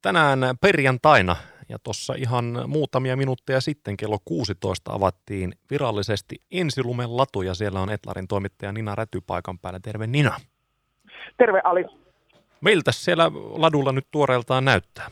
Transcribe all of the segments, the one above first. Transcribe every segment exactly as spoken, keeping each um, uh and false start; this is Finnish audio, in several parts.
Tänään perjantaina ja tuossa ihan muutamia minuutteja sitten kello kuusitoista avattiin virallisesti Ensilumen latu ja siellä on Etlarin toimittaja Nina Räty paikan päällä. Terve Nina. Terve Ali. Miltä siellä ladulla nyt tuoreeltaan näyttää?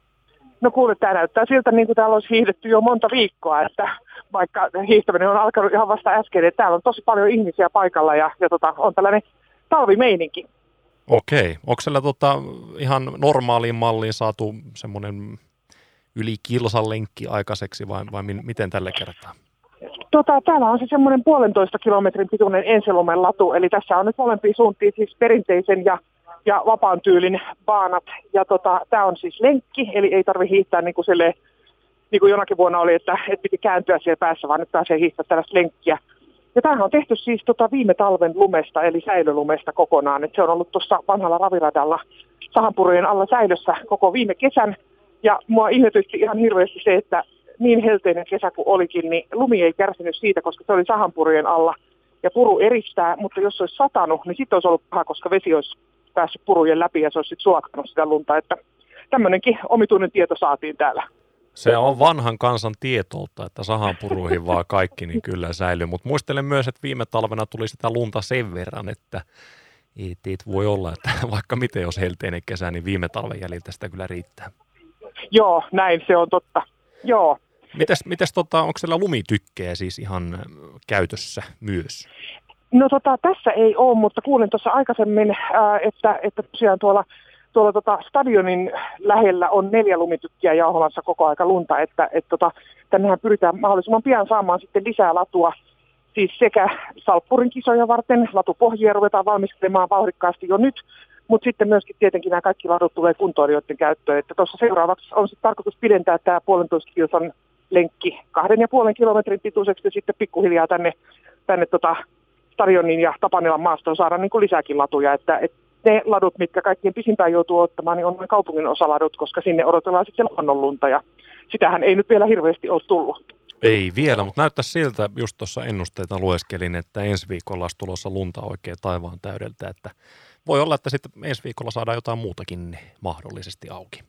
No kuule, tämä näyttää siltä niin kuin täällä olisi hiihdetty jo monta viikkoa, että vaikka hiihtäminen on alkanut ihan vasta äsken, että täällä on tosi paljon ihmisiä paikalla ja, ja tota, on tällainen talvimeininki. Okei. Onko siellä tota, ihan normaaliin malliin saatu semmoinen yli kilsan lenkki aikaiseksi vai, vai miten tällä kertaa? Tota, täällä on se semmoinen puolentoista kilometrin pituinen Ensilumen latu, eli tässä on nyt molempiin suuntiin siis perinteisen ja, ja vapaan tyylin baanat. Ja tota, tämä on siis lenkki, eli ei tarvitse hiihtää niin kuin, silleen, niin kuin jonakin vuonna oli, että et piti kääntyä siellä päässä, vaan nyt pääsee hiihtää tällaista lenkkiä. Ja tämähän on tehty siis tota viime talven lumesta, eli säilölumesta kokonaan. Et se on ollut tuossa vanhalla raviradalla sahanpurojen alla säilössä koko viime kesän. Ja mua ihmetytti ihan hirveästi se, että niin helteinen kesä kuin olikin, niin lumi ei kärsinyt siitä, koska se oli sahanpurojen alla ja puru eristää. Mutta jos se olisi satanut, niin sitten olisi ollut paha, koska vesi olisi päässyt purujen läpi ja se olisi sitten sulattanut sitä lunta. Että tämmöinenkin omituinen tieto saatiin täällä. Se on vanhan kansan tietolta, että sahanpuruihin vaan kaikki niin kyllä säilyy. Mutta muistelen myös, että viime talvena tuli sitä lunta sen verran, että ei teet voi olla, että vaikka miten jos helteinen kesä, niin viime talven jäljiltä sitä kyllä riittää. Joo, näin se on totta. Joo. Mites, mites tota, onko siellä lumitykkejä siis ihan käytössä myös? No tota, tässä ei ole, mutta kuulin tuossa aikaisemmin, ää, että, että tosiaan tuolla Tuolla tota stadionin lähellä on neljä lumitykkiä jauhamassa koko aika lunta, että et tota, tännehän pyritään mahdollisimman pian saamaan sitten lisää latua, siis sekä Salppurin kisoja varten, latupohjia ruvetaan valmistelemaan vauhdikkaasti jo nyt, mutta sitten myöskin tietenkin nämä kaikki ladut tulee kuntoilijoiden käyttöön, että tuossa seuraavaksi on sitten tarkoitus pidentää tämä puolentoista kilsan lenkki kahden ja puolen kilometrin pituiseksi ja sitten pikkuhiljaa tänne, tänne tota stadionin ja Tapanilan maastoon saada niin kuin lisääkin latuja, että et, ne ladut, mitkä kaikkien pisimpään joutuu ottamaan, niin on noin kaupungin osaladut, koska sinne odotellaan sitten luonnonlunta ja sitähän ei nyt vielä hirveästi ole tullut. Ei vielä, mutta näyttää siltä, just tuossa ennusteita lueskelin, että ensi viikolla olisi tulossa lunta oikein taivaan täydeltä, että voi olla, että sitten ensi viikolla saadaan jotain muutakin mahdollisesti auki.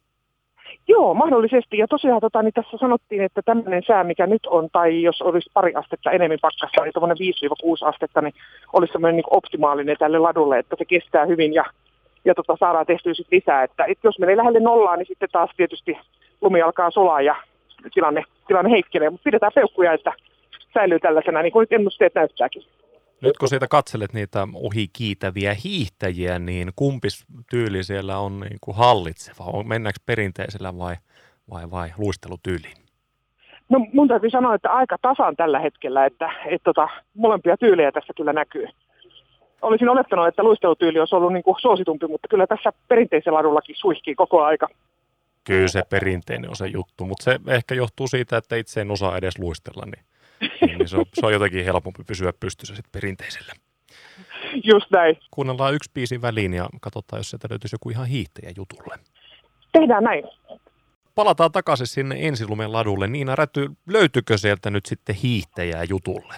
Joo, mahdollisesti. Ja tosiaan tota, niin tässä sanottiin, että tämmöinen sää, mikä nyt on, tai jos olisi pari astetta enemmän pakkassa, niin tuommoinen viisi kuusi astetta, niin olisi semmoinen niin optimaalinen tälle ladulle, että se kestää hyvin ja, ja tota, saadaan tehtyä sitten lisää. Että, et jos menee lähelle nollaa, niin sitten taas tietysti lumi alkaa sulaa ja tilanne, tilanne heikkenee. Mutta pidetään peukkuja, että säilyy tällaisena, niin kuin nyt ennusteet näyttääkin. Nyt kun siitä katselet niitä ohi kiitäviä hiihtäjiä, niin kumpis tyyli siellä on niin kuin hallitseva? Mennäänkö perinteisellä vai, vai, vai luistelutyyliin? No mun täytyy sanoa, että aika tasan tällä hetkellä, että et, tota, molempia tyylejä tässä kyllä näkyy. Olisin olettanut, että luistelutyyli olisi ollut niin kuin suositumpi, mutta kyllä tässä perinteisellä ladullakin suihkii koko aika. Kyllä se perinteinen on se juttu, mutta se ehkä johtuu siitä, että itse en osaa edes luistella, niin niin se on, se on jotenkin helpompi pysyä pystyssä sitten perinteisellä. Just näin. Kuunnellaan yksi biisin väliin ja katsotaan, jos sieltä löytyisi joku ihan hiihtäjä jutulle. Tehdään näin. Palataan takaisin sinne Ensilumen ladulle. Niina Räty, löytyykö sieltä nyt sitten hiihtäjää jutulle?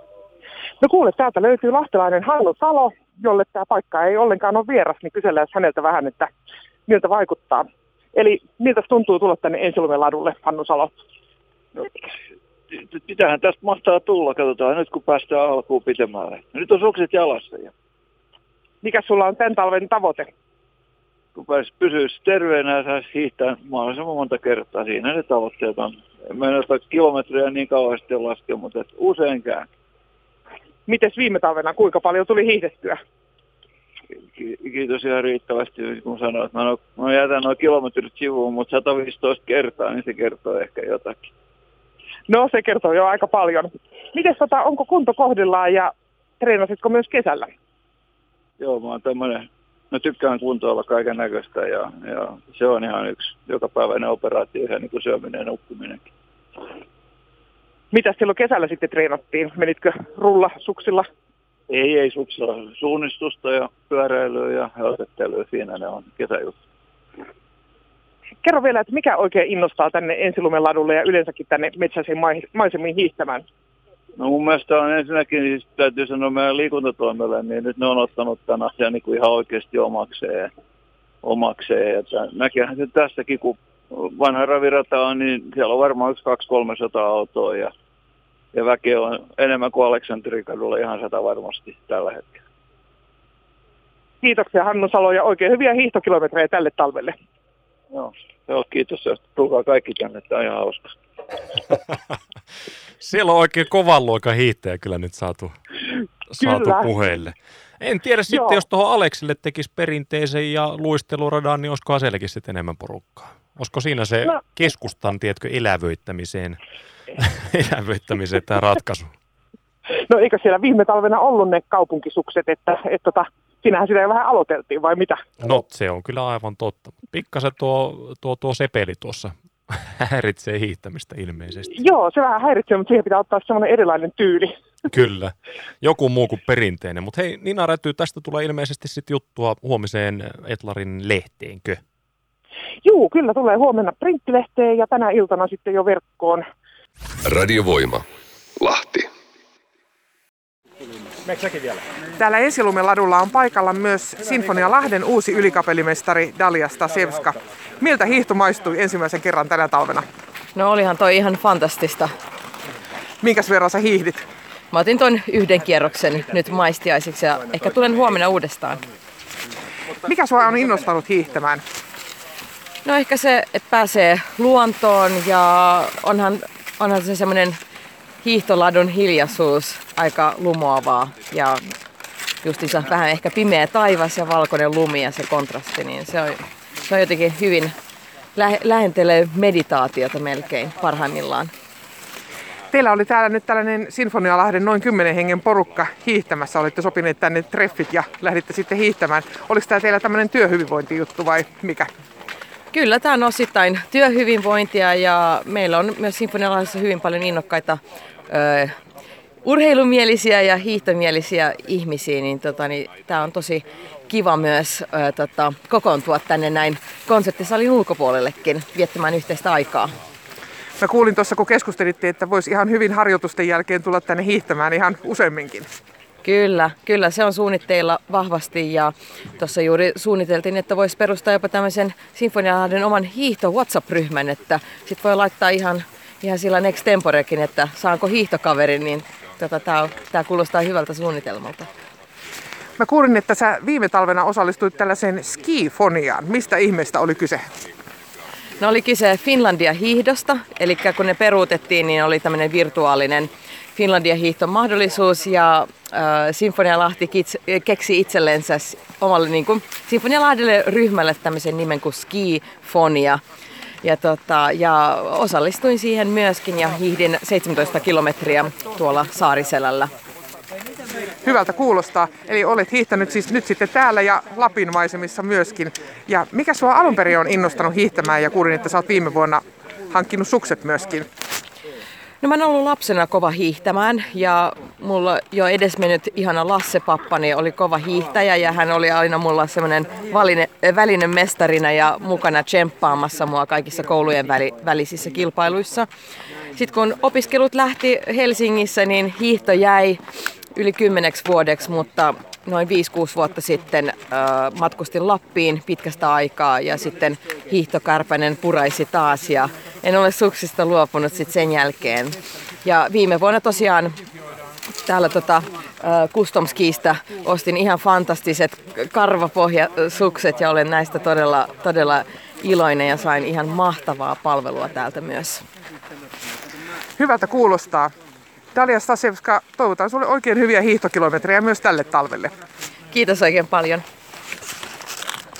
No kuule, täältä löytyy lahtelainen Hannu Salo, jolle tämä paikka ei ollenkaan ole vieras, niin kysellään häneltä vähän, että miltä vaikuttaa. Eli miltä tuntuu tulla tänne Ensilumen ladulle, Hannu Salo? No. Mitähän tästä mahtaa tulla, katsotaan nyt kun päästään alkuun pitemmälle. Nyt on sukset jalassa. Ja mikä sulla on tämän talven tavoite? Kun pysyisi terveenä ja saisi hiihtää mahdollisimman monta kertaa. Siinä ne tavoitteet on. En mä noita kilometriä niin kauheasti laske, mutta useinkään. Mites viime talvena, kuinka paljon tuli hiihdettyä? Kiitos ihan riittävästi, kun sanoit. Mä, no, mä jätän nuo kilometrit sivuun, mutta sata viisitoista kertaa, niin se kertoo ehkä jotakin. No se kertoo jo aika paljon. Mites tota, onko kunto kohdillaan ja treenasitko myös kesällä? Joo, mä oon tämmönen, mä tykkään kuntoilla kaiken näköistä ja, ja se on ihan yksi jokapäiväinen operaatio, ihan niin kuin syöminen ja nukkuminenkin. Mitäs silloin kesällä sitten treenattiin? Menitkö rulla suksilla? Ei, ei suksilla. Suunnistusta ja pyöräilyä ja heltettelyä, siinä ne on kesäjuttu. Kerro vielä, että mikä oikein innostaa tänne Ensilumen ladulle ja yleensäkin tänne metsäisiin maisemiin hiihtämään? No mun mielestä on ensinnäkin, siis täytyy sanoa meidän liikuntatoimelle, niin nyt ne on ottanut tämän asian niin kuin ihan oikeasti omakseen. omakseen. Että näkehän se tästäkin, kun vanha ravirata on, niin siellä on varmaan yksi, kaksi, kolmesataa autoa ja, ja väkeä on enemmän kuin Aleksanterikadulla ihan sata varmasti tällä hetkellä. Kiitoksia Hannu Salo ja oikein hyviä hiihtokilometrejä tälle talvelle. Joo, joo kiitos. Tulkaa kaikki tänne, tämä on ihan hauska. Siellä on oikein kovan luokan hiihtäjä kyllä nyt saatu, saatu puheille. En tiedä sitten, Joo. jos tuohon Aleksille tekisi perinteisen ja luisteluradan, niin olisikohan sielläkin sitten enemmän porukkaa? Olisiko siinä se no. keskustan, tiedätkö, elävöittämiseen, elävöittämiseen tämä ratkaisu? No eikö siellä viime talvena ollut ne kaupunkisukset, että, että, että siinähän sitä jo vähän aloiteltiin, vai mitä? No se on kyllä aivan totta. Pikkasen tuo, tuo, tuo sepeli tuossa häiritsee hiihtämistä ilmeisesti. Joo, se vähän häiritsee, mutta siihen pitää ottaa semmoinen erilainen tyyli. Kyllä, joku muu kuin perinteinen. Mutta hei, Nina Räty, tästä tulee ilmeisesti sitten juttua huomiseen Etlarin lehteenkö? Juu, kyllä tulee huomenna printtilehteen ja tänä iltana sitten jo verkkoon. Radiovoima, Lahti. Täällä Ensilumen ladulla on paikalla myös Sinfonia Lahden uusi ylikapellimestari Dalia Stasevska. Miltä hiihto maistui ensimmäisen kerran tänä talvena? No olihan toi ihan fantastista. Minkäs verran sä hiihdit? Mä otin ton yhden kierroksen nyt maistiaisiksi ja ehkä tulen huomenna uudestaan. Mikä sua on innostanut hiihtämään? No ehkä se, että pääsee luontoon ja onhan, onhan se semmoinen hiihtoladun hiljaisuus aika lumoavaa ja justiinsa vähän ehkä pimeä taivas ja valkoinen lumi ja se kontrasti, niin se on, se on jotenkin hyvin lähe, lähentelee meditaatiota melkein parhaimmillaan. Teillä oli täällä nyt tällainen Sinfonia Lahden noin kymmenen hengen porukka hiihtämässä. Olitte sopineet tänne treffit ja lähditte sitten hiihtämään. Oliko tämä teillä tämmöinen työhyvinvointijuttu vai mikä? Kyllä, tämä on osittain työhyvinvointia ja meillä on myös Sinfonia Lahdessa hyvin paljon innokkaita ö, urheilumielisiä ja hiihtomielisiä ihmisiä. Niin, tota, niin, tämä on tosi kiva myös ö, tota, kokoontua tänne näin konserttisalin ulkopuolellekin viettämään yhteistä aikaa. Mä kuulin tuossa, kun keskustelitte, että voisi ihan hyvin harjoitusten jälkeen tulla tänne hiihtämään ihan useamminkin. Kyllä, kyllä se on suunnitteilla vahvasti ja tuossa juuri suunniteltiin, että voisi perustaa jopa tämmöisen Sinfonia Lahden oman hiihto WhatsApp-ryhmän, että sit voi laittaa ihan, ihan sillä next temporekin, että saanko hiihtokaverin, niin tota, tämä kuulostaa hyvältä suunnitelmalta. Mä kuulin, että sä viime talvena osallistuit tällaiseen skifoniaan. Mistä ihmeestä oli kyse? No oli kyse Finlandia-hiihdosta, eli kun ne peruutettiin, niin oli tämmöinen virtuaalinen Finlandia-hiihton mahdollisuus ja äh, Sinfonia Lahti kits, keksi itsellensä omalle niin kuin, Sinfonia Lahdelle ryhmälle tämmöisen nimen kuin Skifonia. Ja, tota, ja osallistuin siihen myöskin ja hiihdin seitsemäntoista kilometriä tuolla Saariselällä. Hyvältä kuulostaa. Eli olet hiihtänyt siis nyt sitten täällä ja Lapin maisemissa myöskin. Ja mikä sua alun perin on innostanut hiihtämään ja kuulin, että sä oot viime vuonna hankkinut sukset myöskin? No mä oon ollut lapsena kova hiihtämään ja mulla jo edesmennyt ihana Lasse pappani oli kova hiihtäjä ja hän oli aina mulla semmoinen välinen mestarina ja mukana tsemppaamassa mua kaikissa koulujen väli, välisissä kilpailuissa. Sitten kun opiskelut lähti Helsingissä, niin hiihto jäi yli kymmeneksi vuodeksi, mutta noin viisi kuusi vuotta sitten äh, matkustin Lappiin pitkästä aikaa ja sitten hiihtokärpänen puraisi taas ja en ole suksista luopunut sitten sen jälkeen. Ja viime vuonna tosiaan täällä tota, äh, Custom Skistä ostin ihan fantastiset karvapohjasukset ja olen näistä todella, todella iloinen ja sain ihan mahtavaa palvelua täältä myös. Hyvältä kuulostaa. Dalia Stasevska, toivotan sinulle oikein hyviä hiihtokilometrejä myös tälle talvelle. Kiitos oikein paljon.